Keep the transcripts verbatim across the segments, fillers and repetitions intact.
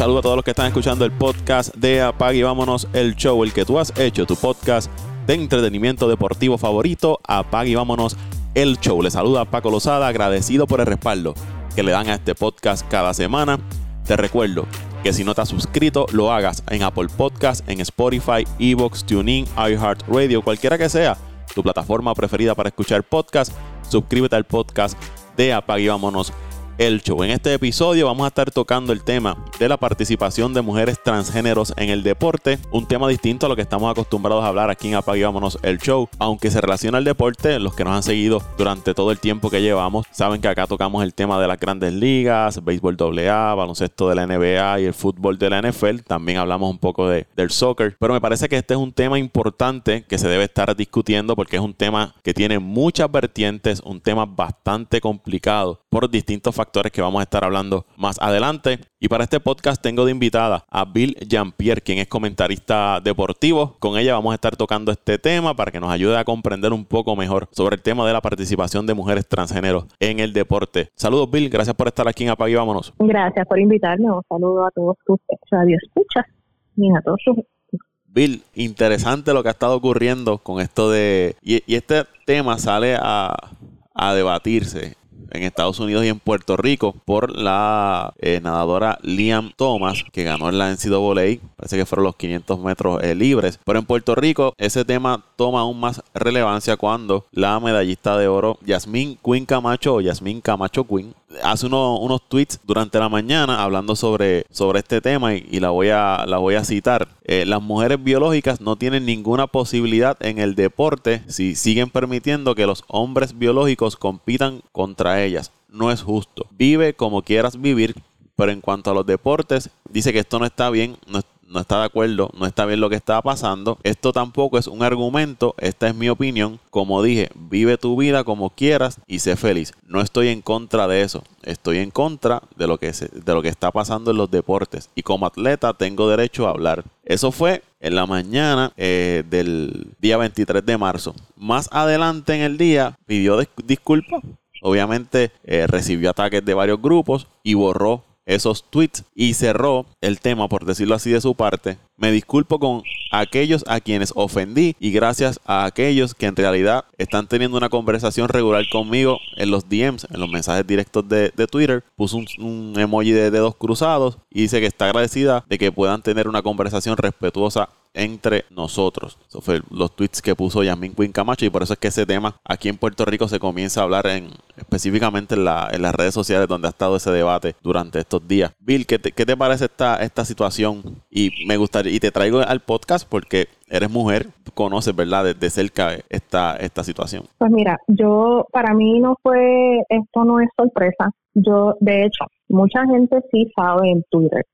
saludo a todos los que están escuchando el podcast de Apague y Vámonos el Show, el que tú has hecho tu podcast de entretenimiento deportivo favorito, Apague y Vámonos el Show. Les saluda Paco Lozada, agradecido por el respaldo que le dan a este podcast cada semana. Te recuerdo que si no te has suscrito, lo hagas en Apple Podcast, en Spotify, Evox, TuneIn, iHeartRadio, cualquiera que sea tu plataforma preferida para escuchar podcast. Suscríbete al podcast de Apague y Vámonos el Show. En este episodio vamos a estar tocando el tema de la participación de mujeres transgéneros en el deporte, un tema distinto a lo que estamos acostumbrados a hablar aquí en Apague y Vámonos el Show. Aunque se relaciona al deporte, los que nos han seguido durante todo el tiempo que llevamos saben que acá tocamos el tema de las grandes ligas, béisbol doble A, baloncesto de la N B A y el fútbol de la N F L. También hablamos un poco de, del soccer, pero me parece que este es un tema importante que se debe estar discutiendo porque es un tema que tiene muchas vertientes, un tema bastante complicado por distintos factores que vamos a estar hablando más adelante. Y para este podcast tengo de invitada a Bill Jean-Pierre, quien es comentarista deportivo. Con ella vamos a estar tocando este tema para que nos ayude a comprender un poco mejor sobre el tema de la participación de mujeres transgéneros en el deporte. Saludos, Bill, gracias por estar aquí en Apague y Vámonos. Gracias por invitarme. Un saludo a todos tus radioescuchas y a todos sus... Bill, interesante lo que ha estado ocurriendo con esto de... Y, y este tema sale a, a debatirse en Estados Unidos y en Puerto Rico por la eh, nadadora Liam Thomas, que ganó en la N C double A, parece que fueron los quinientos metros eh, libres, pero en Puerto Rico ese tema toma aún más relevancia cuando la medallista de oro Yasmín Queen Camacho o Yasmín Camacho Queen hace uno, unos tweets durante la mañana hablando sobre, sobre este tema y, y la, voy a, la voy a citar. Eh, las mujeres biológicas no tienen ninguna posibilidad en el deporte si siguen permitiendo que los hombres biológicos compitan contra ellas. No es justo. Vive como quieras vivir, pero en cuanto a los deportes, dice que esto no está bien, no, no está de acuerdo, no está bien lo que está pasando. Esto tampoco es un argumento, esta es mi opinión. Como dije, vive tu vida como quieras y sé feliz. No estoy en contra de eso, estoy en contra de lo que, se, de lo que está pasando en los deportes. Y como atleta tengo derecho a hablar. Eso fue en la mañana eh, del día veintitrés de marzo. Más adelante en el día pidió dis- disculpas. Obviamente eh, recibió ataques de varios grupos y borró esos tweets y cerró el tema, por decirlo así, de su parte. Me disculpo con aquellos a quienes ofendí y gracias a aquellos que en realidad están teniendo una conversación regular conmigo en los D Ms, en los mensajes directos de, de Twitter. Puso un, un emoji de dedos cruzados y dice que está agradecida de que puedan tener una conversación respetuosa entre nosotros. Eso fue los tweets que puso Yasmín Queen Camacho y por eso es que ese tema aquí en Puerto Rico se comienza a hablar en, específicamente en, la, en las redes sociales donde ha estado ese debate durante estos días. Bill, ¿qué te, qué te parece esta, esta situación? Y me gustaría, y te traigo al podcast porque eres mujer, conoces, ¿verdad?, de, de cerca esta, esta situación. Pues mira, yo, para mí no fue, esto no es sorpresa. Yo, de hecho, mucha gente sí sabe en Twitter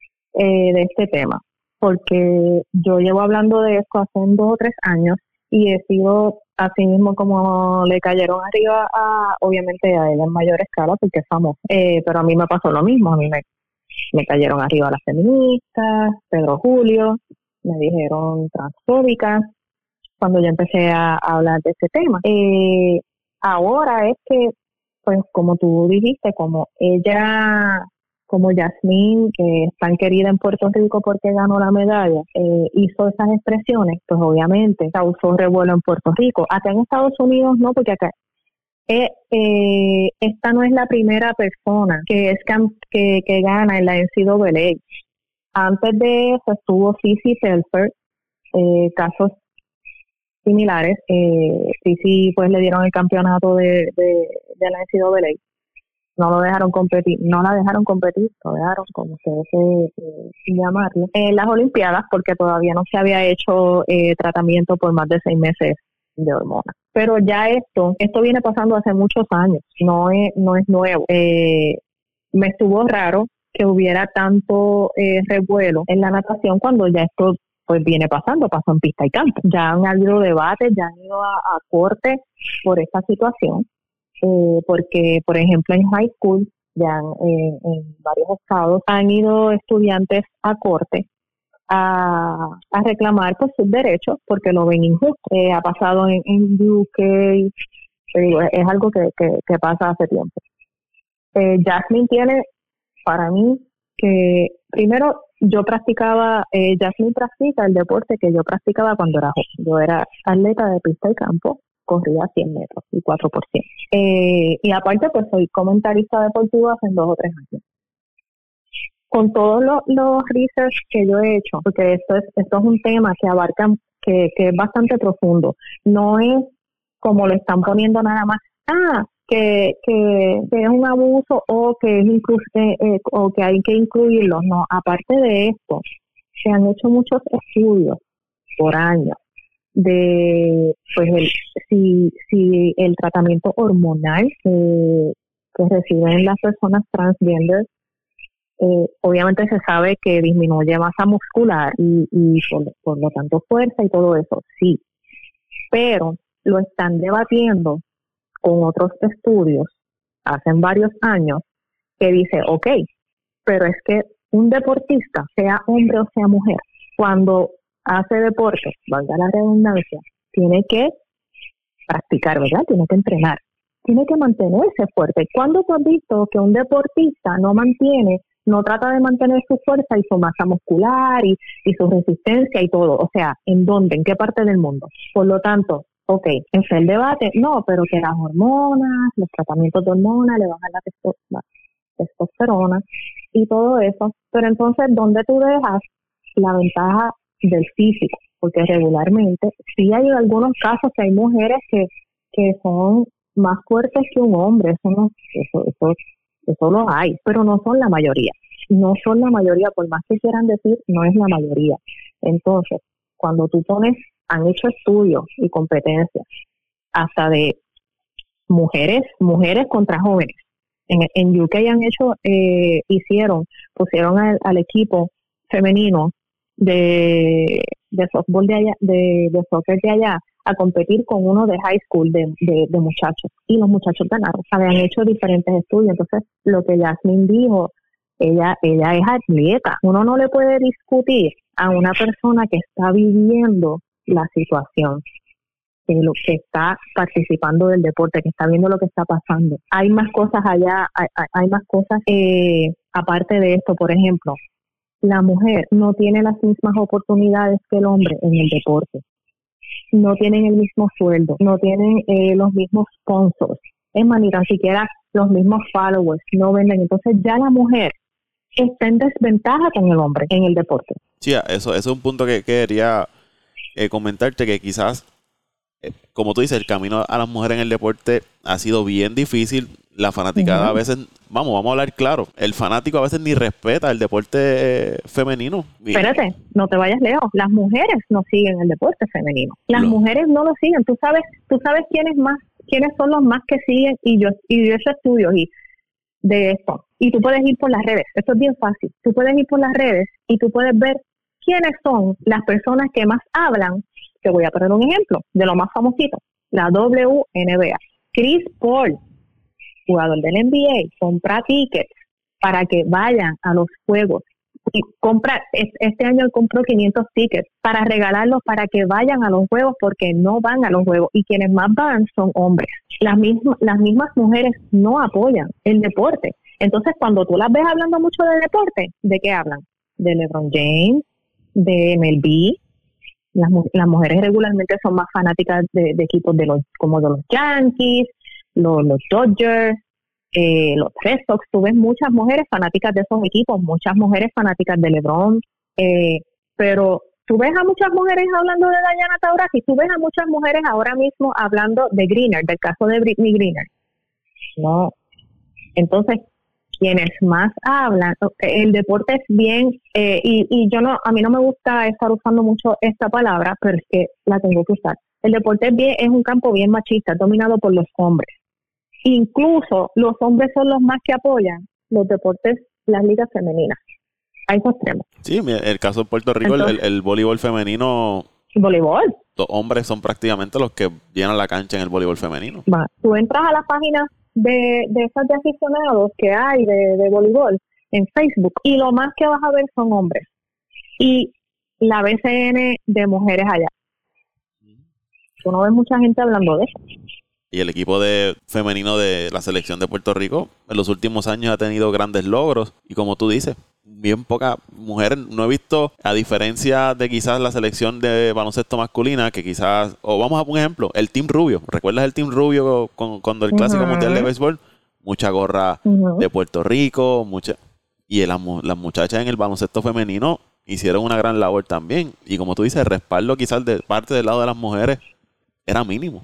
eh, de este tema, porque yo llevo hablando de esto hace dos o tres años y he sido así mismo como le cayeron arriba a, obviamente a él en mayor escala porque es famoso, eh, pero a mí me pasó lo mismo, a mí me, me cayeron arriba las feministas, Pedro Julio, me dijeron transfóbica cuando yo empecé a, a hablar de este tema. Eh, ahora es que, pues como tú dijiste, como ella... como Yasmín, que es tan querida en Puerto Rico porque ganó la medalla, eh, hizo esas expresiones, pues obviamente causó revuelo en Puerto Rico. Acá en Estados Unidos no, porque acá eh, eh, esta no es la primera persona que es que, que gana en la N C double A. Antes de eso estuvo Cissy Pelfer, eh, casos similares. Eh, Cissy pues le dieron el campeonato de, de, de la N C double A. No lo dejaron competir, no la dejaron competir, lo dejaron, como se debe eh, llamarlo, en las Olimpiadas, porque todavía no se había hecho eh, tratamiento por más de seis meses de hormonas. Pero ya esto, esto viene pasando hace muchos años, no es, no es nuevo. Eh, me estuvo raro que hubiera tanto eh, revuelo en la natación cuando ya esto pues viene pasando, pasó en pista y campo. Ya han habido debates, ya han ido a, a corte por esta situación. Eh, porque, por ejemplo, en high school, ya en, en varios estados, han ido estudiantes a corte a, a reclamar por sus derechos porque lo ven injusto. Eh, ha pasado en, en U K, digo, es algo que, que, que pasa hace tiempo. Eh, Yasmín tiene, para mí, que primero yo practicaba, eh, Jasmine practica el deporte que yo practicaba cuando era joven. Yo era atleta de pista y campo, corría cien metros y cuatro por cien. Eh, y aparte, pues soy comentarista deportivo hace dos o tres años. Con todos los, los research que yo he hecho, porque esto es, esto es un tema que abarca, que, que es bastante profundo. No es como lo están poniendo nada más, ah, que, que, que es un abuso o que es inclu- eh, eh, o que hay que incluirlo. No, aparte de esto, se han hecho muchos estudios por años de pues el, si, si el tratamiento hormonal eh, que reciben las personas transgender, eh, obviamente se sabe que disminuye masa muscular y, y por, por lo tanto fuerza y todo eso, sí, pero lo están debatiendo con otros estudios hace varios años que dice, ok, pero es que un deportista, sea hombre o sea mujer, cuando hace deporte, valga la redundancia, tiene que practicar, ¿verdad? Tiene que entrenar, tiene que mantenerse fuerte. ¿Cuándo tú has visto que un deportista no mantiene, no trata de mantener su fuerza y su masa muscular y, y su resistencia y todo? O sea, ¿en dónde? ¿En qué parte del mundo? Por lo tanto, ok, es el debate, no, pero que las hormonas, los tratamientos de hormonas le bajan la, testo- la testosterona y todo eso, pero entonces, ¿dónde tú dejas la ventaja del físico? Porque regularmente sí hay algunos casos que hay mujeres que, que son más fuertes que un hombre, eso no, eso, eso, eso lo hay, pero no son la mayoría, no son la mayoría, por más que quieran decir, no es la mayoría. Entonces, cuando tú pones, han hecho estudios y competencias hasta de mujeres, mujeres contra jóvenes. En, en U K han hecho, eh, hicieron, pusieron al, al equipo femenino de, de softball de allá, de, de soccer de allá, a competir con uno de high school de, de, de muchachos. Y los muchachos ganaron. Habían hecho diferentes estudios. Entonces, lo que Jasmine dijo, ella, ella es atleta. Uno no le puede discutir a una persona que está viviendo la situación, que lo que está participando del deporte, que está viendo lo que está pasando. Hay más cosas allá, hay, hay más cosas eh, aparte de esto. Por ejemplo, la mujer no tiene las mismas oportunidades que el hombre en el deporte. No tienen el mismo sueldo, no tienen eh, los mismos sponsors. Es más, ni tan siquiera los mismos followers, no venden. Entonces ya la mujer está en desventaja con el hombre en el deporte. Sí, eso, eso es un punto que, que quería eh, comentarte, que quizás, eh, como tú dices, el camino a las mujeres en el deporte ha sido bien difícil. La fanaticada uh-huh. a veces, vamos, vamos a hablar claro, el fanático a veces ni respeta el deporte eh, femenino. Espérate, no te vayas lejos. Las mujeres no siguen el deporte femenino. Las lo, mujeres no lo siguen. Tú sabes, tú sabes quiénes más, quiénes son los más que siguen, y yo, y yo he hecho estudios y de esto. Y tú puedes ir por las redes. Esto es bien fácil. Tú puedes ir por las redes y tú puedes ver quiénes son las personas que más hablan. Te voy a poner un ejemplo de lo más famosito. La W N B A. Chris Paul, jugador del N B A, compra tickets para que vayan a los juegos. Y compra, este año él compró quinientos tickets para regalarlos para que vayan a los juegos, porque no van a los juegos, y quienes más van son hombres. Las mismas, las mismas mujeres no apoyan el deporte. Entonces, cuando tú las ves hablando mucho de deporte, ¿de qué hablan? De LeBron James, de M L B. Las, las mujeres regularmente son más fanáticas de, de equipos de los, como de los Yankees, los, los Dodgers, eh, los Red Sox. Tú ves muchas mujeres fanáticas de esos equipos, muchas mujeres fanáticas de LeBron, eh, pero tú ves a muchas mujeres hablando de Diana Taurasi, tú ves a muchas mujeres ahora mismo hablando de Greener, del caso de Britney Greener. No. Entonces, quienes más hablan, el deporte es bien, eh, y, y yo no, a mí no me gusta estar usando mucho esta palabra, pero es que la tengo que usar. El deporte es bien, es un campo bien machista, dominado por los hombres. Incluso los hombres son los más que apoyan los deportes, las ligas femeninas. A esos extremos. Sí, el caso de Puerto Rico, Entonces, el, el voleibol femenino. ¿Voleibol? Los hombres son prácticamente los que llenan la cancha en el voleibol femenino. Va, tú entras a la página de, de esas de aficionados que hay de, de voleibol en Facebook, y lo más que vas a ver son hombres. Y la B C N de mujeres allá. Tú no ves mucha gente hablando de eso. Y el equipo de femenino de la selección de Puerto Rico en los últimos años ha tenido grandes logros. Y como tú dices, bien pocas mujeres. No he visto, a diferencia de quizás la selección de baloncesto masculina, que quizás, o vamos a un ejemplo, el Team Rubio. ¿Recuerdas el Team Rubio con, cuando el Clásico uh-huh. Mundial de Béisbol? Mucha gorra uh-huh. de Puerto Rico, mucha, y las, las muchachas en el baloncesto femenino hicieron una gran labor también. Y como tú dices, el respaldo quizás de parte del lado de las mujeres era mínimo.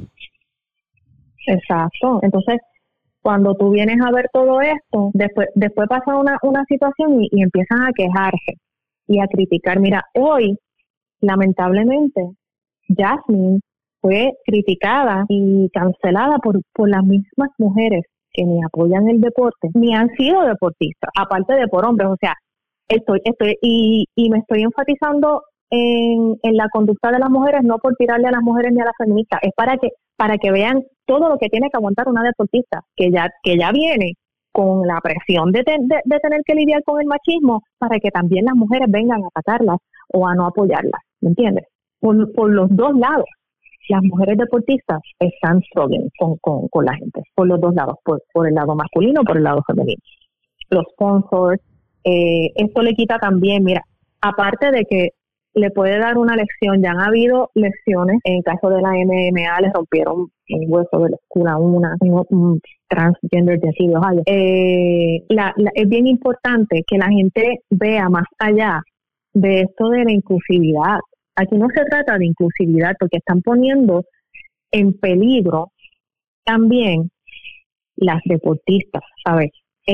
Exacto. Entonces, cuando tú vienes a ver todo esto, después después pasa una, una situación y, y empiezan a quejarse y a criticar. Mira, hoy, lamentablemente, Jasmine fue criticada y cancelada por, por las mismas mujeres que ni apoyan el deporte, ni han sido deportistas, aparte de por hombres. O sea, estoy, estoy, y, y me estoy enfatizando en, en la conducta de las mujeres, no por tirarle a las mujeres ni a las feministas, es para que, para que vean todo lo que tiene que aguantar una deportista, que ya, que ya viene con la presión de, te, de, de tener que lidiar con el machismo, para que también las mujeres vengan a atacarlas o a no apoyarlas, ¿me entiendes? Por, por los dos lados. Las mujeres deportistas están struggling con, con, con la gente, por los dos lados, por, por el lado masculino, por el lado femenino. Los sponsors, eh, esto le quita también, mira, aparte de que le puede dar una lección, ya han habido lecciones, en el caso de la M M A le rompieron un hueso de la escuela a una, un, un transgender de aquí de Ohio. Eh, la, la, es bien importante que la gente vea más allá de esto de la inclusividad. Aquí no se trata de inclusividad porque están poniendo en peligro también las deportistas, ¿sabes?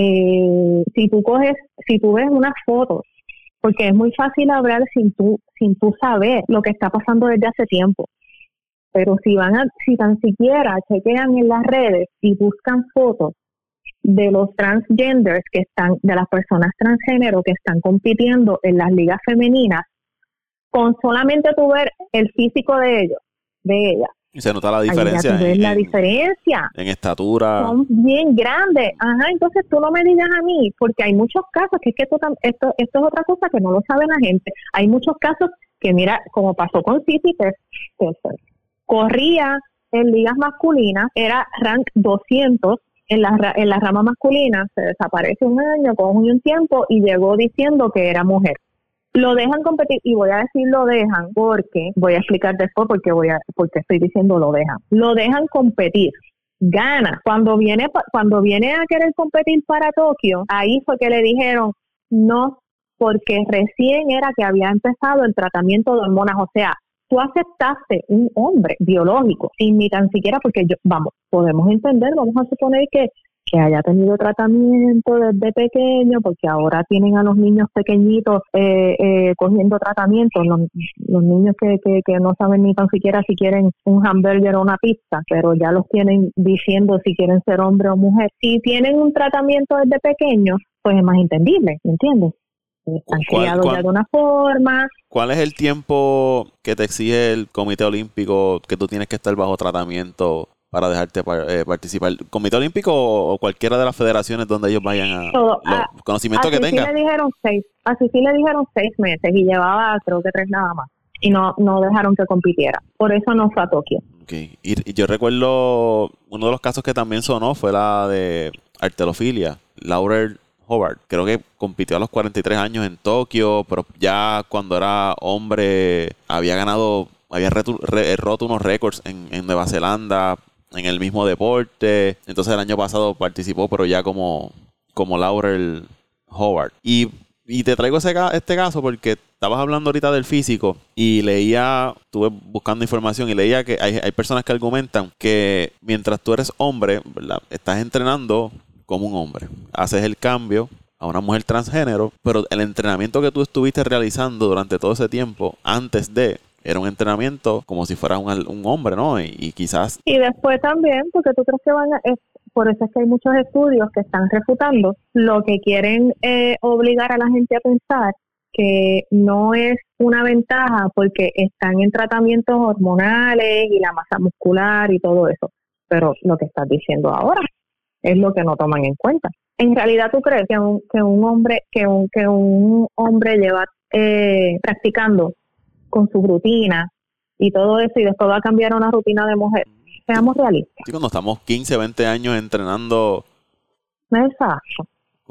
Eh, si tú coges, si tú ves unas fotos, porque es muy fácil hablar sin tú, sin tú saber lo que está pasando desde hace tiempo. Pero si van a, si tan siquiera chequean en las redes y buscan fotos de los transgenders que están, de las personas transgénero que están compitiendo en las ligas femeninas, con solamente tú ver el físico de ellos, de ellas. Y se nota la diferencia. Ahí ya tú ves en, la diferencia. En estatura. Son bien grandes. Ajá, entonces tú no me digas a mí, porque hay muchos casos, que es que esto, esto, esto es otra cosa que no lo sabe la gente. Hay muchos casos que, mira, como pasó con Cici, que, que corría en ligas masculinas, era rank doscientos en la, en la rama masculina, se desaparece un año, coge un tiempo y llegó diciendo que era mujer. Lo dejan competir, y voy a decir lo dejan porque, voy a explicar después porque voy a, porque estoy diciendo lo dejan. Lo dejan competir, gana. Cuando viene, cuando viene a querer competir para Tokio, ahí fue que le dijeron no, porque recién era que había empezado el tratamiento de hormonas. O sea, tú aceptaste un hombre biológico, sin ni tan siquiera, porque yo, vamos, podemos entender, vamos a suponer que que haya tenido tratamiento desde pequeño, porque ahora tienen a los niños pequeñitos eh, eh, cogiendo tratamiento, los, los niños que, que, que no saben ni tan siquiera si quieren un hamburger o una pizza, pero ya los tienen diciendo si quieren ser hombre o mujer. Si tienen un tratamiento desde pequeño, pues es más entendible, ¿me entiendes? Están criados ya de una forma. ¿Cuál es el tiempo que te exige el Comité Olímpico que tú tienes que estar bajo tratamiento para dejarte eh, participar? ¿Comité Olímpico o cualquiera de las federaciones donde ellos vayan a Todo, los a, conocimientos que tengan? Sí le dijeron seis, así sí le dijeron seis meses y llevaba creo que tres nada más. Y no no dejaron que compitiera. Por eso no fue a Tokio. Okay. Y, y yo recuerdo uno de los casos que también sonó fue la de halterofilia. Laurel Hobart, creo que compitió a los cuarenta y tres años en Tokio, pero ya cuando era hombre había ganado, había retu, re, roto unos récords en, en Nueva Zelanda en el mismo deporte. Entonces el año pasado participó, pero ya como, como Laurel Hobart. Y, y te traigo ese, este caso porque estabas hablando ahorita del físico y leía, estuve buscando información y leía que hay, hay personas que argumentan que mientras tú eres hombre, ¿verdad?, estás entrenando como un hombre. Haces el cambio a una mujer transgénero, pero el entrenamiento que tú estuviste realizando durante todo ese tiempo antes de era un entrenamiento como si fuera un, un hombre, ¿no? Y, y quizás... Y después también, porque tú crees que van a... Es, por eso es que hay muchos estudios que están refutando lo que quieren eh, obligar a la gente a pensar que no es una ventaja porque están en tratamientos hormonales y la masa muscular y todo eso. Pero lo que estás diciendo ahora es lo que no toman en cuenta. En realidad, ¿tú crees que un, que un hombre que un, que un hombre lleva eh, practicando con su rutina y todo eso y después va a cambiar a una rutina de mujer? Seamos realistas. Sí, cuando estamos quince, veinte años entrenando Exacto.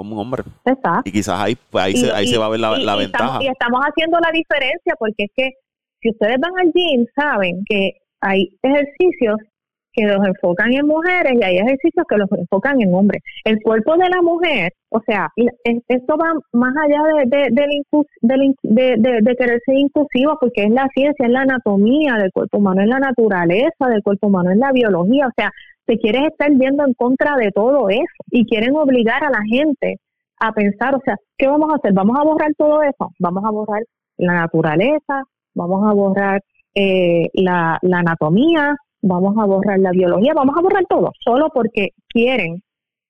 como un hombre. Exacto. Y quizás ahí, pues ahí, y, se, ahí y, se va a ver la, y, la y ventaja. Estamos, y estamos haciendo la diferencia porque es que si ustedes van al gym, saben que hay ejercicios que los enfocan en mujeres y hay ejercicios que los enfocan en hombres. El cuerpo de la mujer, o sea, esto va más allá de, de, de, de, de, de querer ser inclusivo, porque es la ciencia, es la anatomía del cuerpo humano, es la naturaleza del cuerpo humano, es la biología. O sea, te quieres estar yendo en contra de todo eso y quieren obligar a la gente a pensar, o sea, ¿qué vamos a hacer? ¿Vamos a borrar todo eso? Vamos a borrar la naturaleza, vamos a borrar eh, la, la anatomía, vamos a borrar la biología, vamos a borrar todo, solo porque quieren,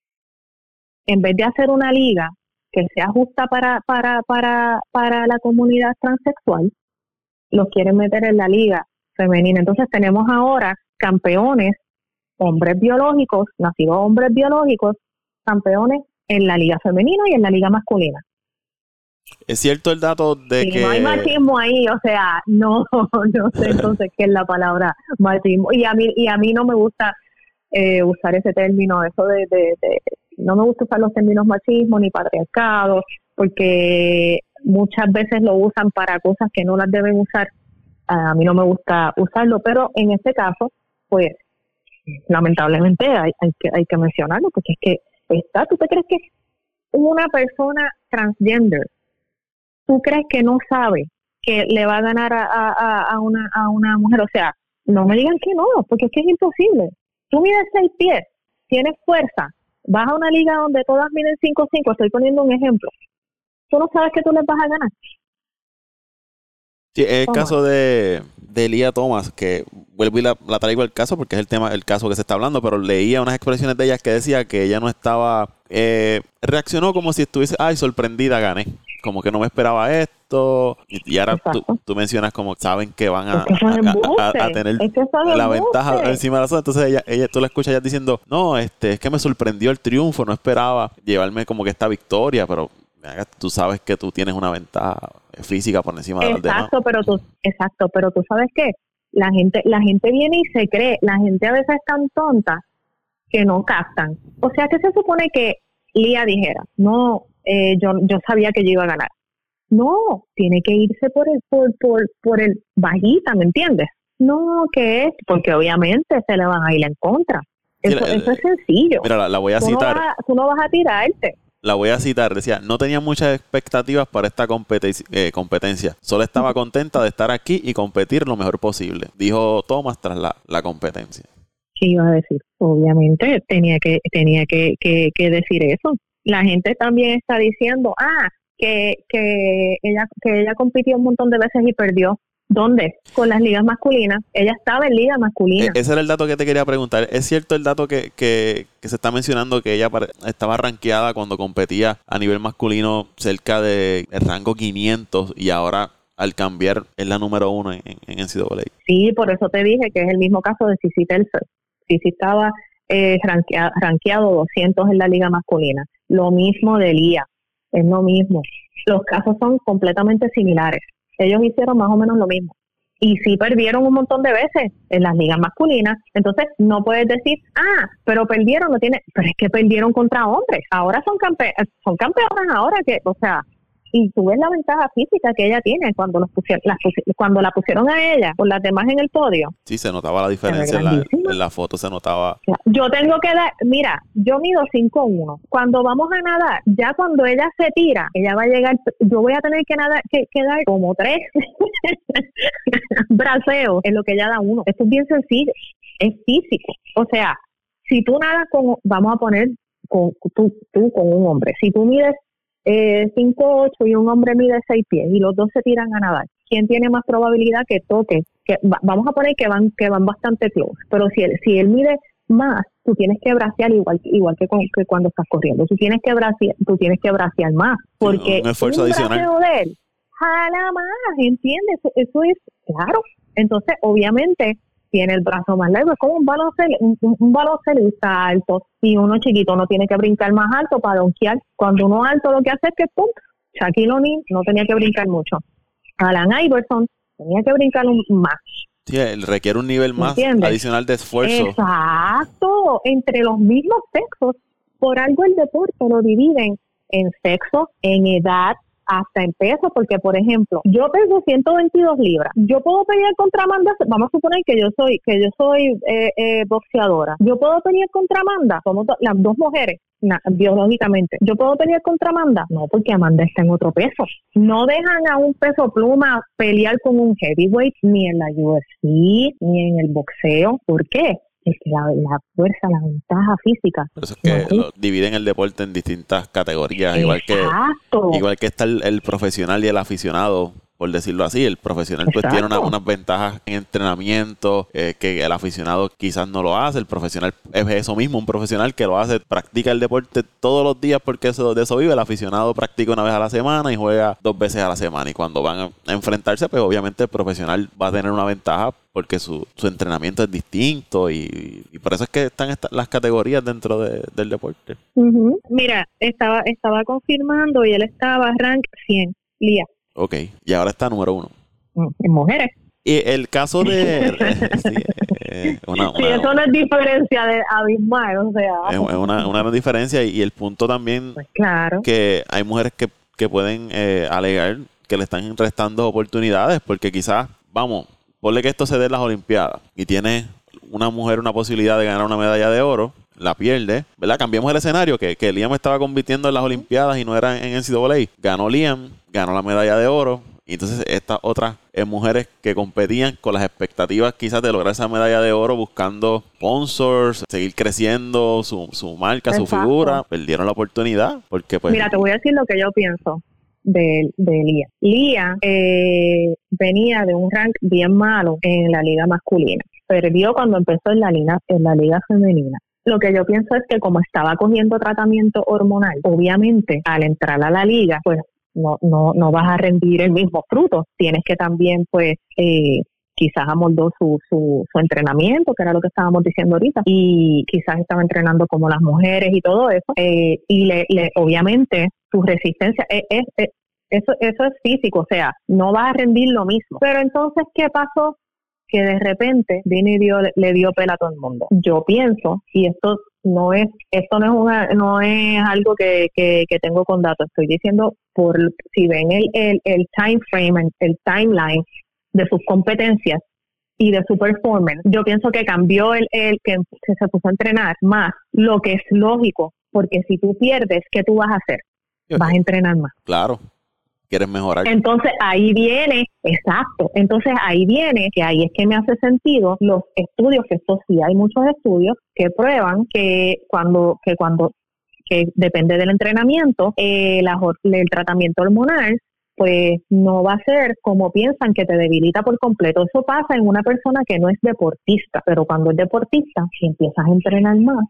en vez de hacer una liga que sea justa para, para, para, para la comunidad transexual, los quieren meter en la liga femenina. Entonces tenemos ahora campeones, hombres biológicos, nacidos hombres biológicos, campeones en la liga femenina y en la liga masculina. Es cierto el dato de sí, que... no hay machismo ahí, o sea, no, no sé entonces qué es la palabra machismo. Y a mí y a mí no me gusta eh, usar ese término, eso de, de, de... No me gusta usar los términos machismo ni patriarcado, porque muchas veces lo usan para cosas que no las deben usar. A mí no me gusta usarlo, pero en este caso, pues, lamentablemente hay, hay, que, hay que mencionarlo, porque es que está, ¿tú te crees que una persona transgender, tú crees que no sabe que le va a ganar a, a, a, una, a una mujer? O sea, no me digan que no, porque es que es imposible. Tú mides seis pies, tienes fuerza, vas a una liga donde todas miden cinco cinco, estoy poniendo un ejemplo. Tú no sabes que tú les vas a ganar. Sí, es el Thomas. caso de, de Lia Thomas, que vuelvo y la, la traigo el caso porque es el tema, el caso que se está hablando, pero leía unas expresiones de ella que decía que ella no estaba, eh, reaccionó como si estuviese, ay, sorprendida, gané. Como que no me esperaba esto. Y, y ahora tú, tú mencionas como saben que van a, es que a, a, a tener es que la ventaja encima de la zona. Entonces ella, ella, tú la escuchas ya diciendo, no, este, es que me sorprendió el triunfo, no esperaba llevarme como que esta victoria, pero tú sabes que tú tienes una ventaja física por encima de los demás. Exacto, pero tú, exacto, pero tú sabes qué, la gente, la gente viene y se cree, la gente a veces es tan tonta que no captan. O sea, que se supone que Lia dijera, no, eh, yo, yo sabía que yo iba a ganar. No, tiene que irse por el, por, por, por el bajita, ¿me entiendes? No, ¿qué es? Porque obviamente se le van a ir en contra. Eso, sí, la, eso es sencillo. Mira, la, la voy a tú citar. No vas, tú no vas a tirarte. La voy a citar, decía, no tenía muchas expectativas para esta competencia, eh, competencia. Solo estaba contenta de estar aquí y competir lo mejor posible, dijo Thomas tras la, la competencia. ¿Qué iba a decir? Obviamente tenía que tenía que, que, que decir eso. La gente también está diciendo, ah, que, que ella que ella compitió un montón de veces y perdió. ¿Dónde? Con las ligas masculinas. Ella estaba en liga masculina. E- ese era el dato que te quería preguntar. ¿Es cierto el dato que, que, que se está mencionando que ella estaba rankeada cuando competía a nivel masculino cerca de el rango quinientos y ahora al cambiar es la número uno en, en N C A A? Sí, por eso te dije que es el mismo caso de Cici Telfer. Cici estaba eh, rankeado, rankeado doscientos en la liga masculina. Lo mismo de Lia. Es lo mismo. Los casos son completamente similares. Ellos hicieron más o menos lo mismo. Y sí perdieron un montón de veces en las ligas masculinas. Entonces, no puedes decir, ah, pero perdieron, no tiene... Pero es que perdieron contra hombres. Ahora son, campe son campeonas ahora que, o sea... Y tú ves la ventaja física que ella tiene cuando los pusieron, las pusi cuando la pusieron a ella por las demás en el podio. Sí, se notaba la diferencia en la, en la foto, se notaba. Yo tengo que dar, mira, yo mido cinco uno. Cuando vamos a nadar, ya cuando ella se tira, ella va a llegar, yo voy a tener que nadar, que, que dar como tres braceos en lo que ella da uno. Esto es bien sencillo, es físico. O sea, si tú nadas con, vamos a poner, con tú, tú con un hombre, si tú mides Eh, cinco ocho y un hombre mide seis pies y los dos se tiran a nadar, ¿quién tiene más probabilidad que toque? Que va, vamos a poner que van que van bastante close, pero si él, si él mide más, tú tienes que bracear igual igual que, con, que cuando estás corriendo, tú tienes que bracear, tú tienes que bracear más, porque sí, un esfuerzo un adicional de él jala más, ¿entiendes? Eso, eso es claro. Entonces, obviamente tiene el brazo más largo, es como un baloncelista, un, un, un baloncelista alto, y uno chiquito no tiene que brincar más alto para donkear. Cuando uno alto lo que hace es que pum, Shaquille O'Neal no tenía que brincar mucho. Alan Iverson tenía que brincar un, más. Sí, requiere un nivel más ¿entiendes? Adicional de esfuerzo. Exacto, entre los mismos sexos, por algo el deporte lo dividen en sexo, en edad, hasta en peso, porque por ejemplo, yo peso ciento veintidós libras, yo puedo pelear contra Amanda, vamos a suponer que yo soy que yo soy eh, eh, boxeadora, yo puedo pelear contra Amanda, somos do, las dos mujeres, na, biológicamente, yo puedo pelear contra Amanda, no, porque Amanda está en otro peso, no dejan a un peso pluma pelear con un heavyweight, ni en la U F C, ni en el boxeo, ¿por qué? Es que la, la fuerza, la ventaja física. Por eso es que ¿no? lo dividen el deporte en distintas categorías, igual que igual que está el, el profesional y el aficionado, por decirlo así. El profesional pues tiene una, unas ventajas en entrenamiento eh, que el aficionado quizás no lo hace. El profesional es eso mismo, un profesional que lo hace, practica el deporte todos los días porque eso, de eso vive. El aficionado practica una vez a la semana y juega dos veces a la semana. Y cuando van a enfrentarse, pues obviamente el profesional va a tener una ventaja porque su, su entrenamiento es distinto y, y por eso es que están estas, las categorías dentro de, del deporte. Uh-huh. Mira, estaba estaba confirmando y él estaba rank cien, Lía. Ok, y ahora está número uno. En mujeres. Y el caso de... sí, eh, una, una, sí, eso no es diferencia de abismal, o sea... Es una, una gran diferencia y el punto también... Pues claro. Que hay mujeres que, que pueden eh, alegar que le están restando oportunidades porque quizás, vamos, ponle que esto se dé en las Olimpiadas y tiene una mujer una posibilidad de ganar una medalla de oro, la pierde, ¿verdad? Cambiemos el escenario, que, que Liam estaba compitiendo en las Olimpiadas y no era en N C A A. Ganó Liam, ganó la medalla de oro. Y entonces estas otras eh, mujeres que competían con las expectativas quizás de lograr esa medalla de oro buscando sponsors, seguir creciendo su, su marca, Exacto. su figura, perdieron la oportunidad porque pues... Mira, te voy a decir lo que yo pienso de, de Lía. Lía eh, venía de un rank bien malo en la liga masculina. Perdió cuando empezó en la liga, en la liga femenina. Lo que yo pienso es que como estaba cogiendo tratamiento hormonal, obviamente al entrar a la liga, pues no no no vas a rendir el mismo fruto. Tienes que también, pues, eh, quizás amoldó su, su su entrenamiento, que era lo que estábamos diciendo ahorita, y quizás estaba entrenando como las mujeres y todo eso, eh, y le, le obviamente su resistencia es, es, es eso eso es físico, o sea, no vas a rendir lo mismo. Pero entonces, ¿qué pasó? Que de repente vino y dio, le dio pela a todo el mundo. Yo pienso, y esto no es esto no es una no es algo que, que, que tengo con datos, estoy diciendo por si ven el, el, el time frame, el timeline de sus competencias y de su performance, yo pienso que cambió el, el que, que se puso a entrenar más, lo que es lógico, porque si tú pierdes, ¿qué tú vas a hacer? Vas a entrenar más. Claro. Quieres mejorar. Entonces ahí viene, exacto, entonces ahí viene, que ahí es que me hace sentido los estudios, que esto sí hay muchos estudios que prueban que cuando, que cuando, que depende del entrenamiento, eh, la, el tratamiento hormonal, pues no va a ser como piensan que te debilita por completo. Eso pasa en una persona que no es deportista, pero cuando es deportista, si empiezas a entrenar más,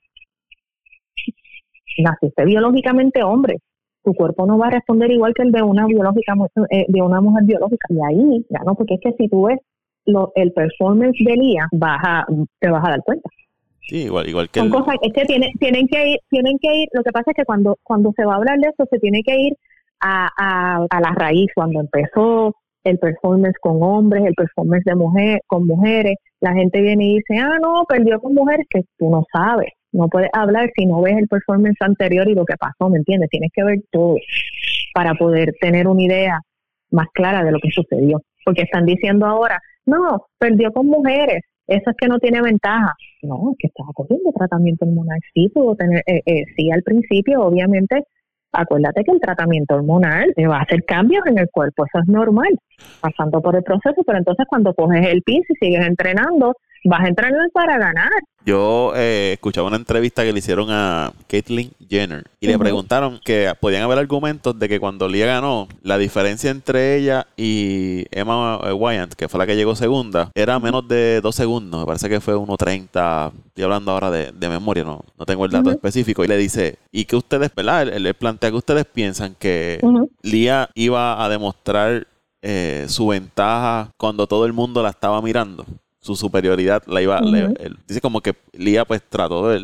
naciste biológicamente hombre. Tu cuerpo no va a responder igual que el de una biológica eh, de una mujer biológica. Y ahí, ya no, porque es que si tú ves lo, el performance de Lía, vas a, te vas a dar cuenta. Sí, igual, igual que Son el... cosas, es que tiene, tienen que ir, tienen que ir, lo que pasa es que cuando, cuando se va a hablar de eso, se tiene que ir a, a, a la raíz, cuando empezó el performance con hombres, el performance de mujer, con mujeres, la gente viene y dice, ah, no, perdió con mujeres, que tú no sabes. No puedes hablar si no ves el performance anterior y lo que pasó, ¿me entiendes? Tienes que ver todo para poder tener una idea más clara de lo que sucedió. Porque están diciendo ahora, no, perdió con mujeres, eso es que no tiene ventaja. No, es que estaba cogiendo tratamiento hormonal. Sí, pudo tener, eh, eh, sí, al principio, obviamente, acuérdate que el tratamiento hormonal te va a hacer cambios en el cuerpo, eso es normal, pasando por el proceso, pero entonces cuando coges el piso y sigues entrenando, vas a entrenar para ganar. Yo eh, escuchaba una entrevista que le hicieron a Caitlyn Jenner y uh-huh. le preguntaron que podían haber argumentos de que cuando Lía ganó, la diferencia entre ella y Emma Wyant, que fue la que llegó segunda, era menos de dos segundos. Me parece que fue uno treinta. Estoy hablando ahora de, de memoria, no, no tengo el dato uh-huh. específico. Y le dice, ¿y qué ustedes, verdad? Él, él plantea que ustedes piensan que uh-huh. Lía iba a demostrar eh, su ventaja cuando todo el mundo la estaba mirando. Su superioridad la iba... Uh-huh. le, él, dice como que Lía pues trató de, de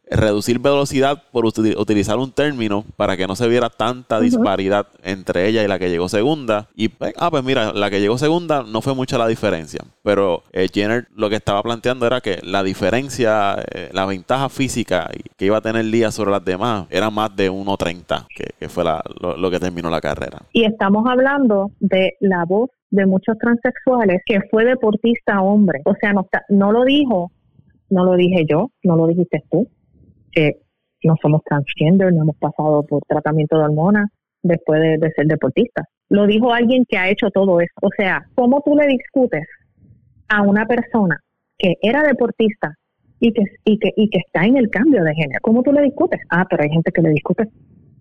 reducir velocidad por util- utilizar un término para que no se viera tanta disparidad uh-huh. entre ella y la que llegó segunda. Y, pues, ah, pues mira, la que llegó segunda no fue mucha la diferencia. Pero eh, Jenner lo que estaba planteando era que la diferencia, eh, la ventaja física que iba a tener Lía sobre las demás era más de uno treinta, que, que fue la, lo, lo que terminó la carrera. Y estamos hablando de la voz de muchos transexuales que fue deportista hombre. O sea, no, está, no lo dijo, no lo dije yo, no lo dijiste tú, que no somos transgender, no hemos pasado por tratamiento de hormonas después de, de ser deportistas. Lo dijo alguien que ha hecho todo eso. O sea, ¿cómo tú le discutes a una persona que era deportista y que, y que, y que está en el cambio de género? ¿Cómo tú le discutes? Ah, pero hay gente que le discute.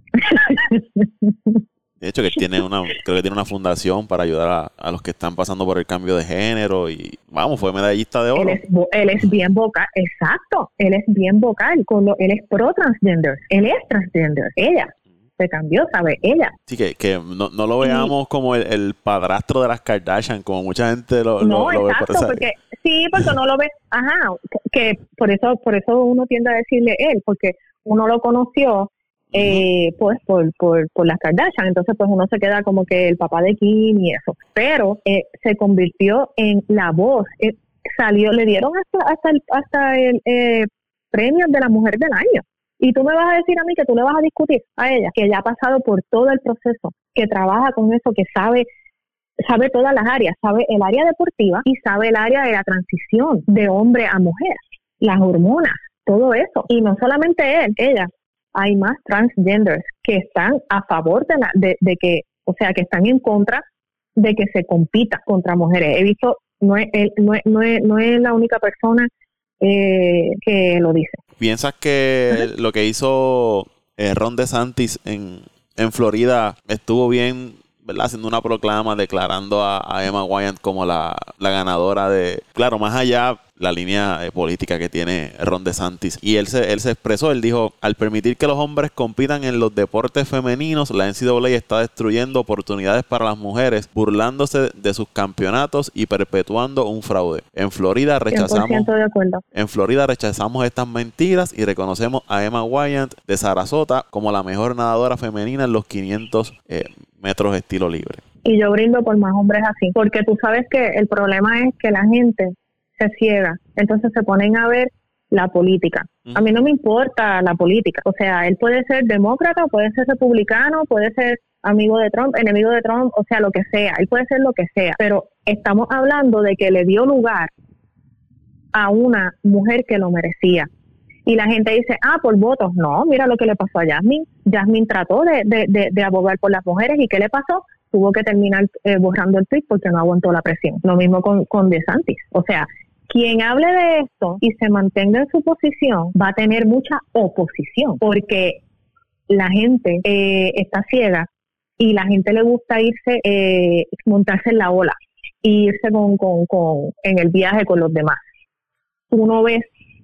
De hecho, que tiene una, creo que tiene una fundación para ayudar a, a los que están pasando por el cambio de género y, vamos, fue medallista de oro. Él es, él es bien vocal, exacto, él es bien vocal, con lo, él es pro transgender, él es transgender, ella se cambió, ¿sabe? Ella. Sí, que, que no, no lo veamos y, como el, el padrastro de las Kardashian, como mucha gente lo, no, lo, lo exacto, ve por porque sí, porque no lo ve, ajá, que por eso, por eso uno tiende a decirle él, porque uno lo conoció Eh, pues por, por por las Kardashian, entonces pues uno se queda como que el papá de Kim y eso, pero eh, se convirtió en la voz, eh, salió, le dieron hasta hasta el, hasta el eh, premio de la mujer del año, y tú me vas a decir a mí que tú le vas a discutir a ella, que ya ha pasado por todo el proceso, que trabaja con eso, que sabe sabe todas las áreas, sabe el área deportiva y sabe el área de la transición de hombre a mujer, las hormonas, todo eso, y no solamente él, ella. Hay más transgenders que están a favor de, la, de, de que, o sea, que están en contra de que se compita contra mujeres. He visto, no es, no es, no es, no es la única persona eh, que lo dice. ¿Piensas que lo que hizo eh, Ron DeSantis en, en Florida estuvo bien, ¿verdad? Haciendo una proclama declarando a, a Emma Wyant como la, la ganadora de, claro, más allá la línea eh, política que tiene Ron DeSantis, y él se, él se expresó, él dijo: al permitir que los hombres compitan en los deportes femeninos, la N C A A está destruyendo oportunidades para las mujeres, burlándose de sus campeonatos y perpetuando un fraude. En Florida rechazamos cien por ciento de acuerdo. En Florida rechazamos estas mentiras y reconocemos a Emma Wyant de Sarasota como la mejor nadadora femenina en los quinientos eh, metros estilo libre. Y yo brindo por más hombres así, porque tú sabes que el problema es que la gente se ciega, entonces se ponen a ver la política. A mí no me importa la política, o sea, él puede ser demócrata, puede ser republicano, puede ser amigo de Trump, enemigo de Trump, o sea, lo que sea, él puede ser lo que sea, pero estamos hablando de que le dio lugar a una mujer que lo merecía. Y la gente dice, ah, por votos. No, mira lo que le pasó a Jasmine. Jasmine trató de, de, de, de abogar por las mujeres, ¿y qué le pasó? Tuvo que terminar eh, borrando el tweet porque no aguantó la presión. Lo mismo con, con DeSantis. O sea, quien hable de esto y se mantenga en su posición va a tener mucha oposición, porque la gente eh, está ciega y la gente le gusta irse, eh, montarse en la ola y irse con, con, con, en el viaje con los demás. Tú no ves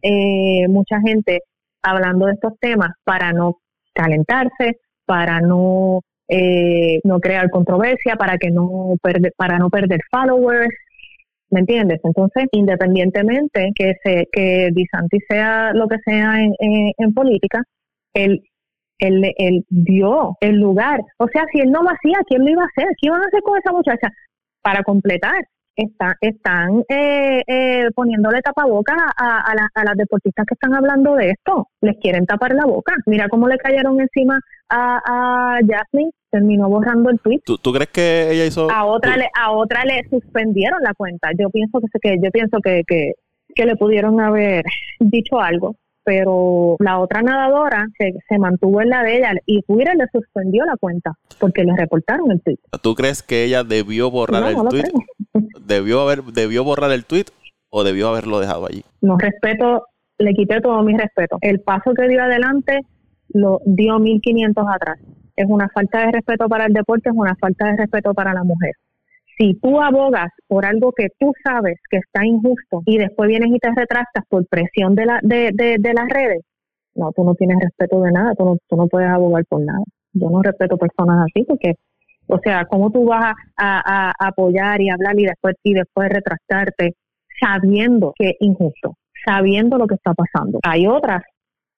eh, mucha gente hablando de estos temas para no calentarse, para no eh, no crear controversia, para que no perder, para no perder followers. ¿Me entiendes? Entonces, independientemente que se que DeSantis sea lo que sea en, en, en política, él, él, él dio el lugar. O sea, si él no lo hacía, ¿quién lo iba a hacer? ¿Qué iban a hacer con esa muchacha? Para completar, está, están eh, eh, poniéndole tapabocas a, a, la, a las deportistas que están hablando de esto. Les quieren tapar la boca. Mira cómo le cayeron encima a, a Jasmine. Terminó borrando el tweet. ¿Tú, ¿Tú crees que ella hizo...? A otra le a otra le suspendieron la cuenta. Yo pienso que que yo pienso que, que, que le pudieron haber dicho algo, pero la otra nadadora se, se mantuvo en la de ella y Twitter le suspendió la cuenta porque le reportaron el tweet. ¿Tú crees que ella debió borrar no, el no tweet? ¿Debió haber debió borrar el tweet o debió haberlo dejado allí? No respeto, le quité todo mi respeto. El paso que dio adelante lo dio mil quinientos atrás. Es una falta de respeto para el deporte, es una falta de respeto para la mujer. Si tú abogas por algo que tú sabes que está injusto y después vienes y te retractas por presión de la de, de, de las redes, no, tú no tienes respeto de nada, tú no, tú no puedes abogar por nada. Yo no respeto personas así porque, o sea, ¿cómo tú vas a, a, a apoyar y hablar y después y después retractarte sabiendo que es injusto, sabiendo lo que está pasando? Hay otras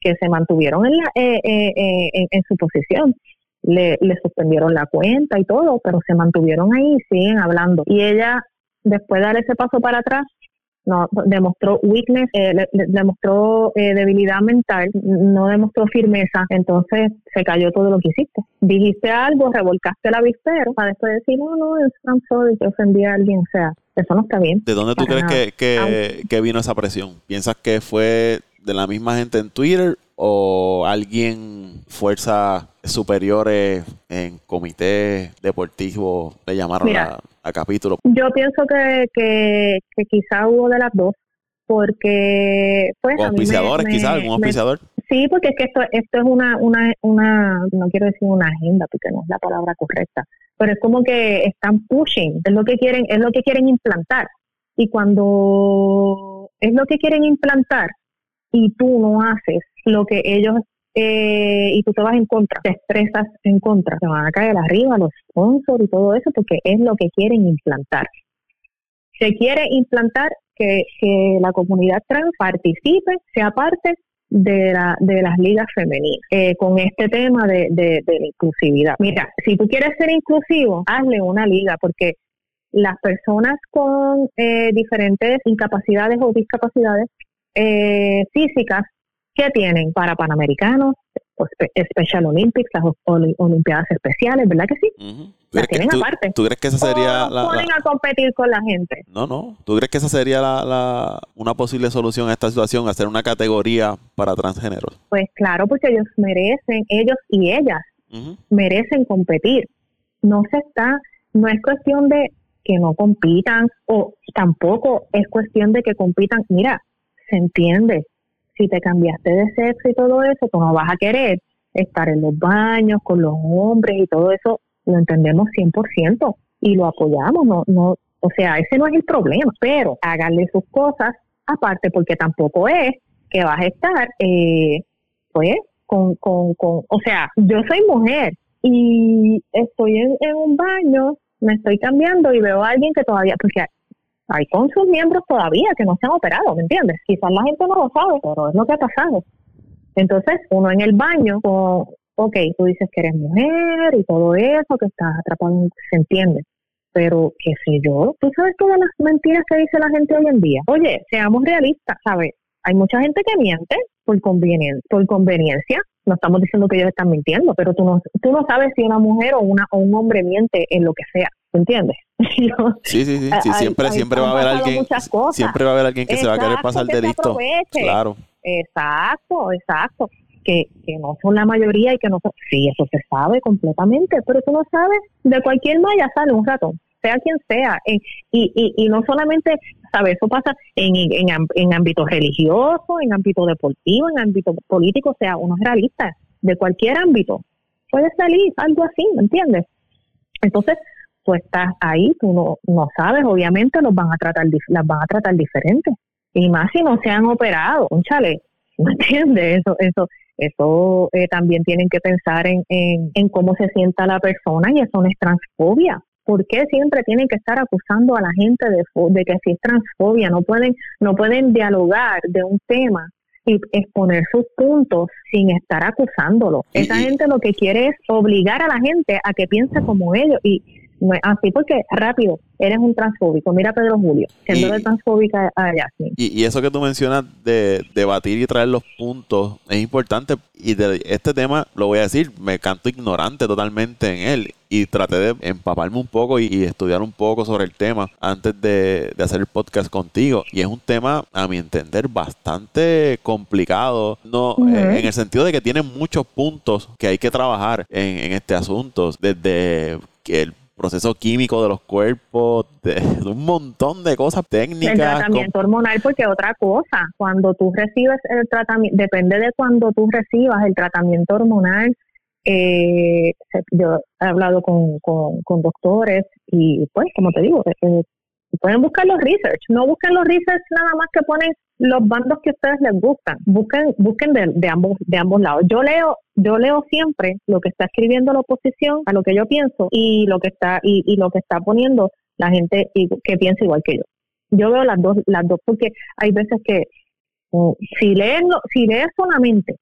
que se mantuvieron en, la, eh, eh, eh, en, en su posición. Le, le suspendieron la cuenta y todo, pero se mantuvieron ahí y siguen hablando. Y ella, después de dar ese paso para atrás, no demostró weakness, eh, le, le, demostró eh, debilidad mental, no demostró firmeza, entonces se cayó todo lo que hiciste. Dijiste algo, revolcaste el avispero para después decir, no, no, I'm sorry, que ofendí a alguien, o sea, eso no está bien. ¿De dónde tú crees que, que, que vino esa presión? ¿Piensas que fue de la misma gente en Twitter o alguien, fuerzas superiores en comités deportivos, le llamaron Mira, a, a capítulo? Yo pienso que, que, que quizá hubo de las dos, porque pues o auspiciadores, quizás algún auspiciador. Me, sí, porque es que esto esto es una una una no quiero decir una agenda porque no es la palabra correcta, pero es como que están pushing, es lo que quieren, es lo que quieren implantar. Y cuando es lo que quieren implantar y tú no haces lo que ellos eh, y tú te vas en contra, te expresas en contra, te van a caer arriba los sponsors y todo eso porque es lo que quieren implantar. Se quiere implantar que, que la comunidad trans participe, sea parte de la de las ligas femeninas, eh, con este tema de, de, de la inclusividad. Mira, si tú quieres ser inclusivo, hazle una liga, porque las personas con eh, diferentes incapacidades o discapacidades eh, físicas, ¿qué tienen? Para Panamericanos, pues, Special Olympics, las Olimpiadas Especiales, ¿verdad que sí? Uh-huh. Las tienen tú, aparte. ¿Tú crees que esa sería o la, ponen la... a competir con la gente? No, no. ¿Tú crees que esa sería la, la una posible solución a esta situación, hacer una categoría para transgéneros? Pues claro, porque ellos merecen, ellos y ellas uh-huh. merecen competir. No se está, no es cuestión de que no compitan, o tampoco es cuestión de que compitan. Mira, se entiende. Si te cambiaste de sexo y todo eso, tú no vas a querer estar en los baños con los hombres y todo eso, lo entendemos cien por ciento y lo apoyamos, no, no, o sea, ese no es el problema, pero háganle sus cosas aparte, porque tampoco es que vas a estar, eh, pues, con, con, con, o sea, yo soy mujer y estoy en, en un baño, me estoy cambiando y veo a alguien que todavía, porque hay con sus miembros todavía que no se han operado, ¿me entiendes? Quizás la gente no lo sabe, pero es lo que ha pasado. Entonces, uno en el baño, con, ok, tú dices que eres mujer y todo eso, que estás atrapado, se entiende. Pero, qué sé yo, tú sabes todas las mentiras que dice la gente hoy en día. Oye, seamos realistas, ¿sabes? Hay mucha gente que miente por conveniencia, por conveniencia. No estamos diciendo que ellos están mintiendo, pero tú no, tú no sabes si una mujer o una o un hombre miente en lo que sea. ¿Entiendes? Yo, sí, sí, sí, sí. Siempre, hay, siempre va a haber alguien, siempre va a haber alguien que exacto, se va a querer pasar de listo. Claro. Exacto, exacto. Que, que no son la mayoría y que no son, sí, eso se sabe completamente, pero tú no sabes, de cualquier malla sale un ratón, sea quien sea, en, y, y, y no solamente, ¿sabes? Eso pasa en, en, en ámbito religioso, en ámbito deportivo, en ámbito político, o sea, uno es realista, de cualquier ámbito, puede salir algo así, ¿me entiendes? Entonces, tú estás ahí, tú no, no sabes, obviamente los van a tratar, las van a tratar diferente, y más si no se han operado, un chale, ¿me entiendes? Eso, eso, eso eh, también tienen que pensar en, en, en cómo se sienta la persona, y eso no es transfobia. ¿Por qué siempre tienen que estar acusando a la gente de, de que si es transfobia? No pueden, no pueden dialogar de un tema y exponer sus puntos sin estar acusándolo. Esa gente lo que quiere es obligar a la gente a que piense como ellos, y no es así, porque rápido, eres un transfóbico. Mira a Pedro Julio, siendo de transfóbica a Yasmin. Y, y eso que tú mencionas de debatir y traer los puntos es importante, y de este tema lo voy a decir, me canto ignorante totalmente en él, y traté de empaparme un poco y, y estudiar un poco sobre el tema antes de, de hacer el podcast contigo, y es un tema, a mi entender, bastante complicado, no uh-huh. eh, en el sentido de que tiene muchos puntos que hay que trabajar en, en este asunto, desde que el proceso químico de los cuerpos, de, de un montón de cosas técnicas. El tratamiento con... hormonal, porque otra cosa, cuando tú recibes el tratamiento, depende de cuando tú recibas el tratamiento hormonal, eh, yo he hablado con, con, con doctores y pues, como te digo, eh, pueden buscar los research, no busquen los research nada más que ponen los bandos que a ustedes les gustan, busquen busquen de, de ambos de ambos lados. Yo leo yo leo siempre lo que está escribiendo la oposición a lo que yo pienso, y lo que está y, y lo que está poniendo la gente y, que piensa igual que yo. Yo veo las dos las dos porque hay veces que um, si lees si lees solamente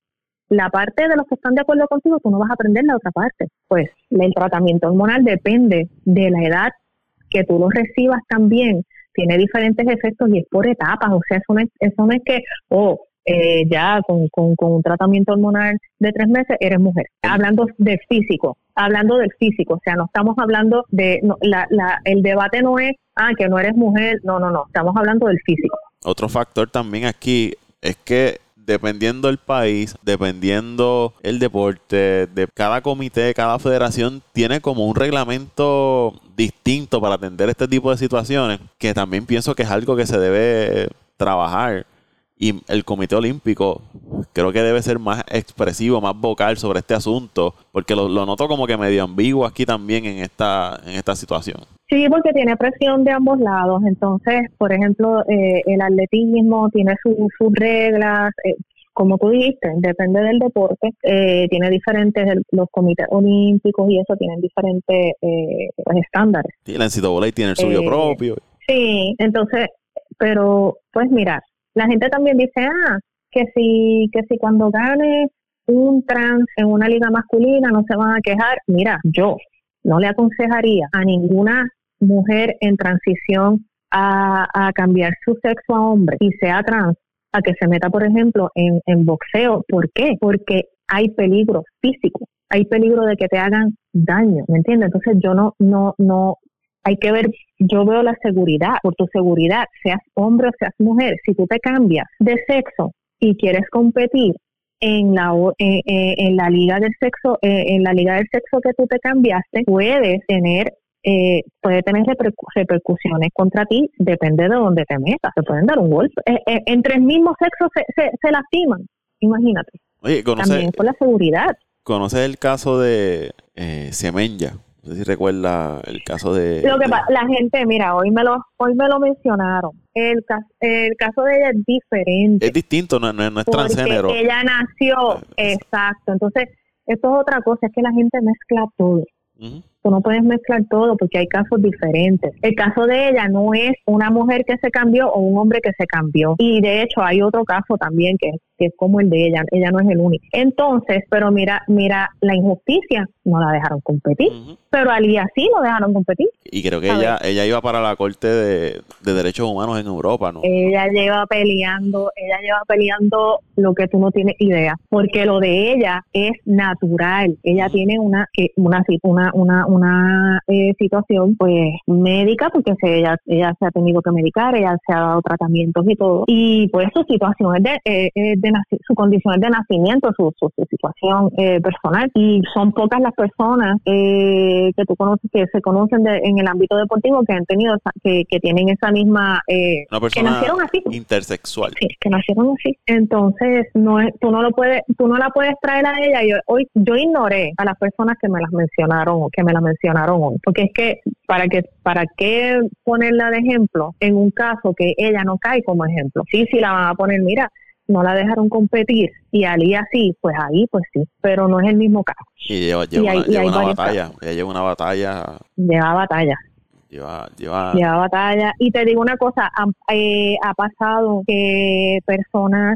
la parte de los que están de acuerdo contigo, tú no vas a aprender la otra parte. Pues el tratamiento hormonal depende de la edad que tú lo recibas también, tiene diferentes efectos y es por etapas, o sea, eso no es, eso no es que, oh, eh, ya con, con, con un tratamiento hormonal de tres meses eres mujer. Hablando del físico, hablando del físico, o sea, no estamos hablando de, no, la, la, el debate no es, ah, que no eres mujer, no, no, no, estamos hablando del físico. Otro factor también aquí es que dependiendo del país, dependiendo el deporte, de cada comité, cada federación tiene como un reglamento distinto para atender este tipo de situaciones, que también pienso que es algo que se debe trabajar. Y el Comité Olímpico creo que debe ser más expresivo, más vocal sobre este asunto, porque lo, lo noto como que medio ambiguo aquí también en esta, en esta situación. Sí, porque tiene presión de ambos lados. Entonces, por ejemplo, eh, el atletismo tiene su, sus reglas, eh, como tú dijiste, depende del deporte, eh, tiene diferentes, los comités olímpicos y eso tienen diferentes eh, estándares. Sí, la N C A A tiene el suyo eh, propio. Sí, entonces, pero pues mira, la gente también dice, ah, que si, que si cuando gane un trans en una liga masculina no se van a quejar. Mira, yo no le aconsejaría a ninguna mujer en transición a, a cambiar su sexo a hombre y sea trans, a que se meta, por ejemplo, en, en boxeo. ¿Por qué? Porque hay peligro físico, hay peligro de que te hagan daño, ¿me entiendes? Entonces yo no, no, no, hay que ver, yo veo la seguridad, por tu seguridad, seas hombre o seas mujer, si tú te cambias de sexo y quieres competir en la en, en la liga del sexo, en la liga del sexo que tú te cambiaste, puedes tener eh, puede tener repercu- repercusiones contra ti, depende de dónde te metas, te pueden dar un golpe. Eh, eh, entre el mismo sexo se, se, se lastiman, imagínate. Oye, ¿conoces, también por la seguridad. ¿Conoces el caso de eh, Semenya? No sé si recuerda el caso de... Lo que de... pa- la gente, mira, hoy me lo hoy me lo mencionaron. El caso, el caso de ella es diferente. Es distinto, no, no, no es transgénero. Porque ella nació, exacto. Entonces, esto es otra cosa, es que la gente mezcla todo. Uh-huh. Tú no puedes mezclar todo porque hay casos diferentes. El caso de ella no es una mujer que se cambió o un hombre que se cambió. Y de hecho hay otro caso también que, que es como el de ella. Ella no es el único. Entonces, pero mira, mira la injusticia. No la dejaron competir. Uh-huh. Pero a Lía sí lo dejaron competir. Y creo que ella, ella iba para la Corte de, de Derechos Humanos en Europa, ¿no? Ella lleva peleando, ella lleva peleando lo que tú no tienes idea. Porque lo de ella es natural. Ella uh-huh. tiene una, una, una, una una eh, situación pues médica, porque se, ella, ella se ha tenido que medicar, ella se ha dado tratamientos y todo, y pues su situación es de, eh, de nac- su condición es de nacimiento, su, su, su situación eh, personal, y son pocas las personas eh, que tú conoces, que se conocen de, en el ámbito deportivo, que han tenido esa, que, que tienen esa misma eh, una persona que nacieron así, intersexual, sí, que nacieron así. Entonces no es, tú no lo puedes, tú no la puedes traer a ella. Yo hoy yo ignoré a las personas que me las mencionaron o que me las mencionaron hoy, porque es que para que para qué ponerla de ejemplo en un caso que ella no cae como ejemplo. Sí, sí la van a poner, mira, no la dejaron competir y Ali así, pues ahí pues sí, pero no es el mismo caso. Y lleva, lleva y hay, una, y lleva hay una varios batalla, casos. ella lleva una batalla. Lleva batalla. Lleva, lleva... lleva batalla. Y te digo una cosa, ha, eh, ha pasado que personas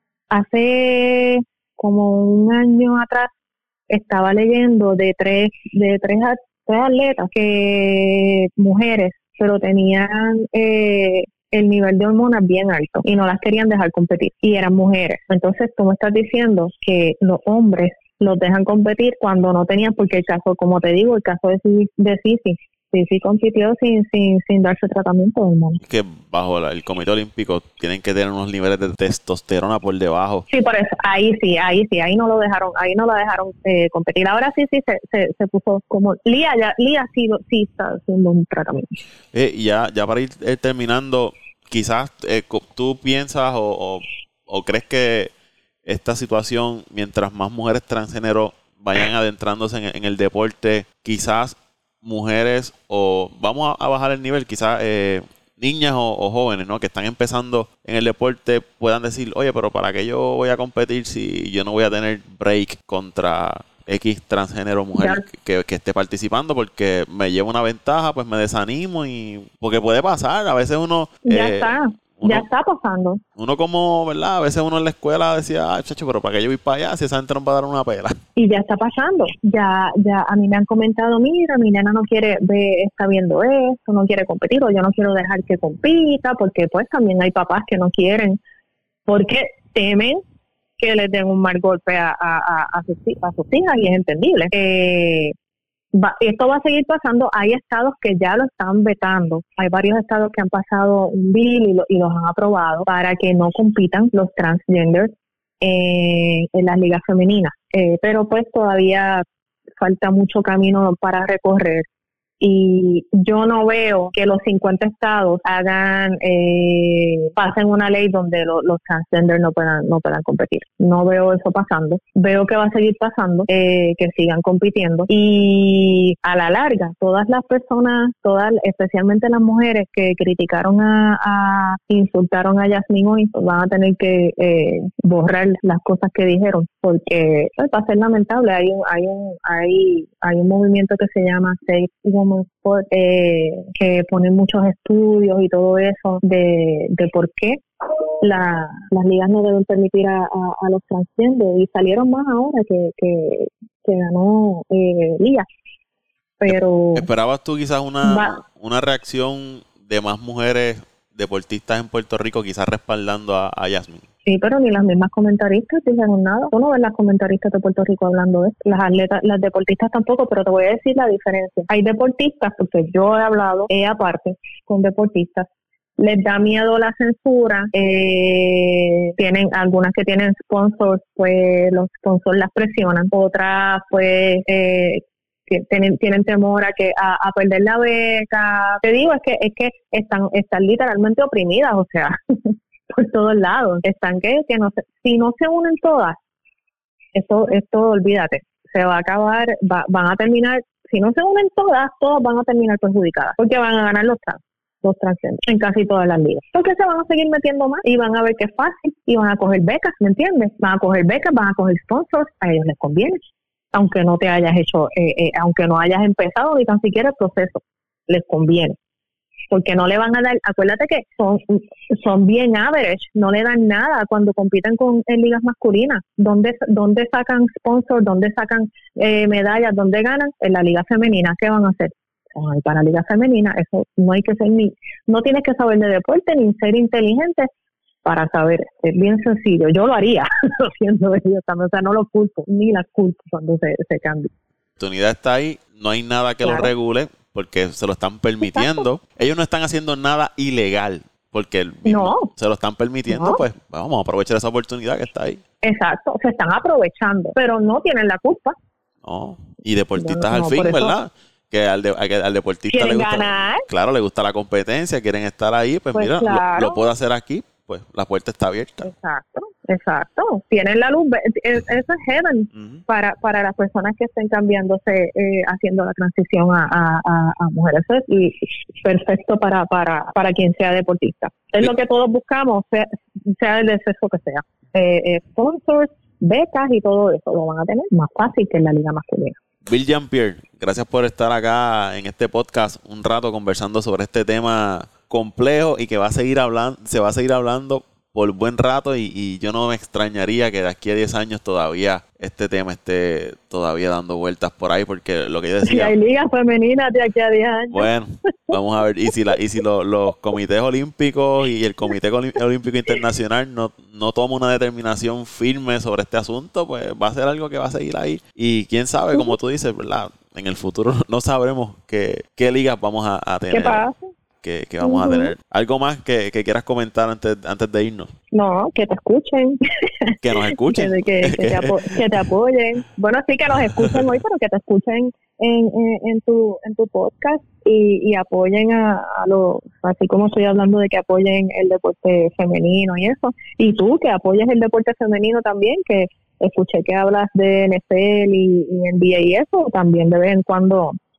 hace como un año atrás estaba leyendo de tres de tres, tres atletas que mujeres, pero tenían eh, el nivel de hormonas bien alto y no las querían dejar competir y eran mujeres. Entonces tú me estás diciendo que los hombres los dejan competir cuando no tenían, porque el caso, como te digo, el caso de, de Sisi, Sisi compitió sin, sin, sin darse tratamiento de hormonas. Que bajo la, el Comité Olímpico tienen que tener unos niveles de testosterona por debajo. Sí, por eso, ahí sí, ahí sí, ahí no lo dejaron, ahí no la dejaron eh, competir. Ahora sí, sí, se, se, se puso como, Lía ya, Lía sí, sí está haciendo un tratamiento. Eh, ya, ya para ir eh, terminando, quizás eh, tú piensas o, o, o crees que esta situación, mientras más mujeres transgénero vayan adentrándose en, en el deporte, quizás mujeres o vamos a, a bajar el nivel, quizás eh, niñas o, o jóvenes, ¿no?, que están empezando en el deporte puedan decir, oye, pero ¿para qué yo voy a competir si yo no voy a tener break contra X transgénero mujer que, que esté participando? Porque me lleva una ventaja, pues me desanimo y porque puede pasar, a veces uno ya eh, está uno, ya está pasando. Uno como, ¿verdad? A veces uno en la escuela decía, ah, chacho, pero ¿para qué yo voy para allá si esa gente nos va a dar una pela? Y ya está pasando. Ya ya a mí me han comentado, mira, mi nena no quiere ver, está viendo esto, no quiere competir, o yo no quiero dejar que compita, porque pues también hay papás que no quieren, porque temen que les den un mal golpe a, a, a, a, sus, a sus hijas, y es entendible. Eh, va, esto va a seguir pasando. Hay estados que ya lo están vetando. Hay varios estados que han pasado un bill y, lo, y los han aprobado para que no compitan los transgenders eh, en las ligas femeninas. Eh, pero pues todavía falta mucho camino para recorrer. Y yo no veo que los cincuenta estados hagan, eh, pasen una ley donde lo, los transgender no puedan, no puedan competir. No veo eso pasando. Veo que va a seguir pasando, eh, que sigan compitiendo. Y a la larga, todas las personas, todas, especialmente las mujeres que criticaron a, a insultaron a Yasmín hoy, pues van a tener que eh, borrar las cosas que dijeron, porque pues, va a ser lamentable. Hay un, hay un, hay, hay un movimiento que se llama Safe Women's Sport, eh, que pone muchos estudios y todo eso de, de por qué la, las ligas no deben permitir a, a, a los transgender, y salieron más ahora que, que, que ganó eh, Liga. Pero ¿esperabas tú quizás una, va, una reacción de más mujeres deportistas en Puerto Rico quizás respaldando a, a Yasmín? Sí, pero ni las mismas comentaristas dijeron nada. Tú no ves las comentaristas de Puerto Rico hablando de esto. Las atletas, las deportistas tampoco, pero te voy a decir la diferencia. Hay deportistas, porque yo he hablado, eh, aparte, con deportistas, les da miedo la censura, eh, tienen algunas que tienen sponsors, pues los sponsors las presionan, otras pues eh, tienen tienen temor a que a, a perder la beca. Te digo, es que es que están están literalmente oprimidas, o sea, por todos lados. Están que que no se, si no se unen todas, esto esto olvídate, se va a acabar, va, van a terminar, si no se unen todas, todas van a terminar perjudicadas, porque van a ganar los trans. los transgéneros en casi todas las ligas. Porque se van a seguir metiendo más y van a ver que es fácil y van a coger becas, ¿me entiendes? Van a coger becas, van a coger sponsors, a ellos les conviene. Aunque no te hayas hecho, eh, eh, aunque no hayas empezado ni tan siquiera el proceso, les conviene. Porque no le van a dar, acuérdate que son son bien average, no le dan nada cuando compiten con en ligas masculinas. ¿Dónde, dónde sacan sponsors? ¿Dónde sacan eh, medallas? ¿Dónde ganan? En la liga femenina. ¿Qué van a hacer? Ay, para la liga femenina, eso no hay que ser ni, no tienes que saber de deporte ni ser inteligente para saber, es bien sencillo. Yo lo haría, haciendo ellos también, o sea, no lo culpo, ni las culpo cuando se, se cambia. La oportunidad está ahí, no hay nada que claro. lo regule, porque se lo están permitiendo. Exacto. Ellos no están haciendo nada ilegal, porque no. se lo están permitiendo, no. Pues vamos a aprovechar esa oportunidad que está ahí. Exacto, se están aprovechando, pero no tienen la culpa. No, y deportistas no, no, al fin, eso, ¿verdad? Que al, de, al deportista le gusta, ganar? Claro, le gusta la competencia, quieren estar ahí, pues, pues mira, claro. lo, lo puedo hacer aquí, pues la puerta está abierta. Exacto, exacto. Tienen la luz, eso es heaven uh-huh. para para las personas que estén cambiándose, eh, haciendo la transición a, a, a mujeres. Eso es y perfecto para, para, para quien sea deportista. Es sí. lo que todos buscamos, sea, sea el sexo que sea. Eh, eh, sponsors, becas y todo eso lo van a tener más fácil que en la liga masculina. Bill Jean-Pierre, gracias por estar acá en este podcast un rato conversando sobre este tema complejo y que va a seguir hablando, se va a seguir hablando por buen rato y, y yo no me extrañaría que de aquí a diez años todavía este tema esté todavía dando vueltas por ahí, porque lo que yo decía... Si hay ligas femeninas de aquí a diez años. Bueno, vamos a ver, y si la y si lo, los comités olímpicos y el Comité Olímpico Internacional no, no toma una determinación firme sobre este asunto, pues va a ser algo que va a seguir ahí. Y quién sabe, como tú dices, ¿verdad? En el futuro no sabremos qué, qué ligas vamos a, a tener. ¿Qué pasa? Que, que vamos uh-huh. a tener. ¿Algo más que, que quieras comentar antes, antes de irnos? No, que te escuchen. Que nos escuchen. que, que, que, te apo- que te apoyen. Bueno, sí, que nos escuchen hoy, pero que te escuchen en, en, en tu en tu podcast y, y apoyen a, a los, así como estoy hablando de que apoyen el deporte femenino y eso. Y tú, que apoyes el deporte femenino también, que escuché que hablas de N F L y, y N B A y eso, también de vez en cuando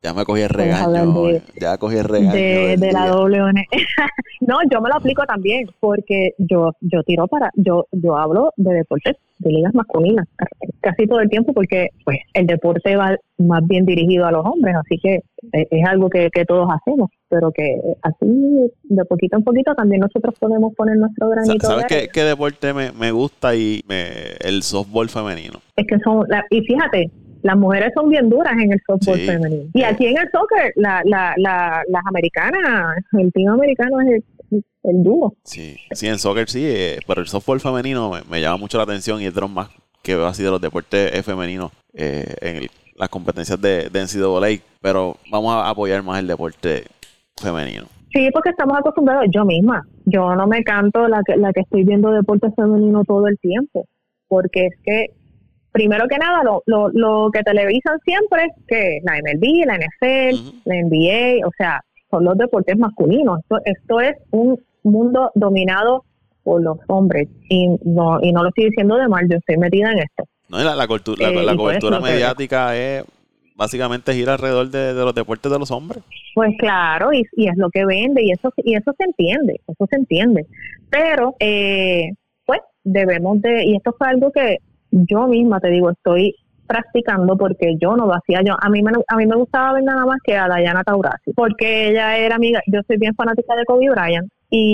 Ya me cogí el regaño. De, ya cogí el regaño. De, de la doble O N. No, yo me lo aplico también, porque yo yo tiro para, yo yo hablo de deportes de ligas masculinas casi todo el tiempo, porque pues el deporte va más bien dirigido a los hombres, así que es, es algo que, que todos hacemos, pero que así de poquito en poquito también nosotros podemos poner nuestro granito. ¿Sabes qué, qué deporte me, me gusta? Y me, el softball femenino. Es que son, la, y fíjate, las mujeres son bien duras en el softball sí. femenino. Y aquí en el soccer, la, la, la, las americanas, el team americano es el, el dúo. Sí, sí, en soccer sí, eh, pero el softball femenino me, me llama mucho la atención y es de los más que veo así de los deportes femeninos eh, en el, las competencias de, de N C A A, pero vamos a apoyar más el deporte femenino. Sí, porque estamos acostumbrados, yo misma, yo no me canto la que, la que estoy viendo deporte femenino todo el tiempo, porque es que primero que nada, lo, lo, lo que televisan siempre es que la M L B, la N F L, uh-huh. la N B A, o sea, son los deportes masculinos. Esto, esto es un mundo dominado por los hombres. Y no y no lo estoy diciendo de mal, yo estoy metida en esto. No, y la, la, cultu- la, eh, la cobertura mediática es básicamente gira alrededor de, de los deportes de los hombres. Pues claro, y, y es lo que vende, y eso y eso se entiende, eso se entiende. Pero, eh, pues, debemos de, y esto fue algo que yo misma te digo, estoy practicando porque yo no lo hacía yo. A mí me, a mí me gustaba ver nada más que a Diana Taurasi, porque ella era amiga, yo soy bien fanática de Kobe Bryant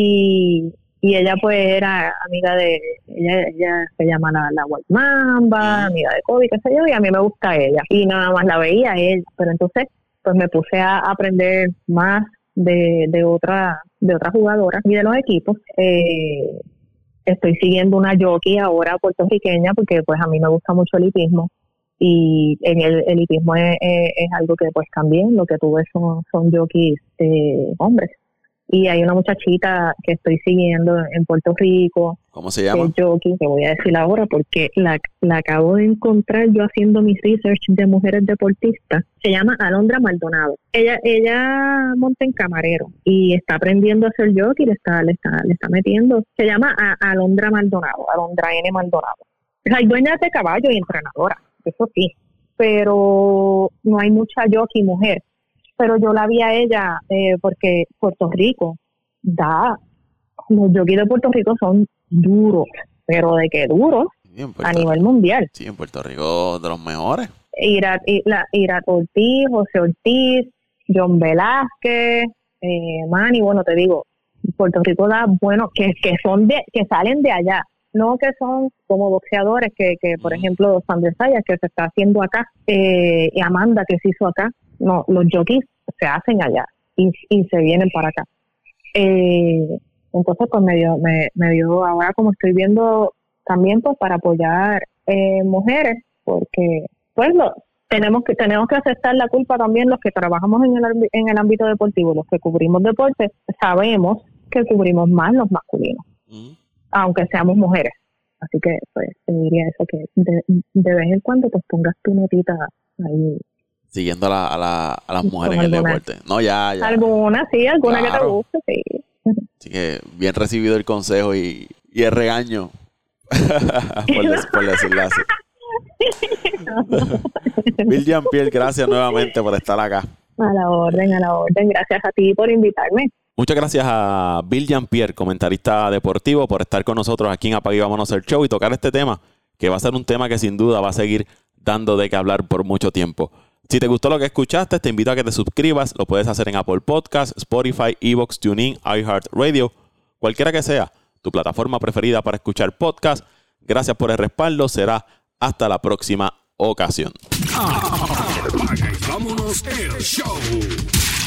y, y ella pues era amiga de, ella, ella se llama la, la White Mamba, amiga de Kobe, qué sé yo, y a mí me gusta ella. Y nada más la veía ella, pero entonces pues me puse a aprender más de, de otra, de otras jugadoras y de los equipos. Eh, Estoy siguiendo una jockey ahora puertorriqueña porque pues a mí me gusta mucho el hipismo y en el, el hipismo es, es, es algo que pues también lo que tuve son, son jockeys eh, hombres. Y hay una muchachita que estoy siguiendo en Puerto Rico. ¿Cómo se llama? Que jockey, te voy a decir ahora porque la, la acabo de encontrar yo haciendo mis research de mujeres deportistas. Se llama Alondra Maldonado. Ella ella monta en camarero y está aprendiendo a hacer jockey, le está, le está, le está metiendo. Se llama a, Alondra Maldonado, Alondra N. Maldonado. Hay dueñas de caballo y entrenadora, eso sí, pero no hay mucha jockey mujer. Pero yo la vi a ella eh, porque Puerto Rico da, los jockeys de Puerto Rico son duros, pero de qué duros sí, a nivel mundial. Sí, en Puerto Rico de los mejores. Irat, Irat Ortiz, José Ortiz, John Velázquez, eh, Manny, bueno, te digo, Puerto Rico da buenos que, que son de, que salen de allá, no que son como boxeadores que, que por mm. ejemplo, Sandra Sayas que se está haciendo acá, eh, y Amanda que se hizo acá. No, los jockeys se hacen allá y, y se vienen para acá. Eh, entonces, pues me dio, me, me dio ahora como estoy viendo también pues para apoyar eh, mujeres, porque pues lo, tenemos que tenemos que aceptar la culpa también los que trabajamos en el en el ámbito deportivo, los que cubrimos deportes, sabemos que cubrimos más los masculinos, uh-huh. aunque seamos mujeres. Así que pues te diría eso, que de, de vez en cuando pues pongas tu notita ahí. Siguiendo a, la, a, la, a las mujeres en el deporte. No, ya, ya. Algunas, sí, alguna claro. que te guste, sí. Así que bien recibido el consejo y, y el regaño, por, des, por decirlo así. Bill Jean-Pierre, gracias nuevamente por estar acá. A la orden, a la orden. Gracias a ti por invitarme. Muchas gracias a Bill Jean-Pierre, comentarista deportivo, por estar con nosotros aquí en Apague y Vámonos el Show y tocar este tema, que va a ser un tema que sin duda va a seguir dando de qué hablar por mucho tiempo. Si te gustó lo que escuchaste, te invito a que te suscribas. Lo puedes hacer en Apple Podcasts, Spotify, Evox, TuneIn, iHeartRadio, cualquiera que sea tu plataforma preferida para escuchar podcasts. Gracias por el respaldo. Será hasta la próxima ocasión. Apaga y vámonos el show.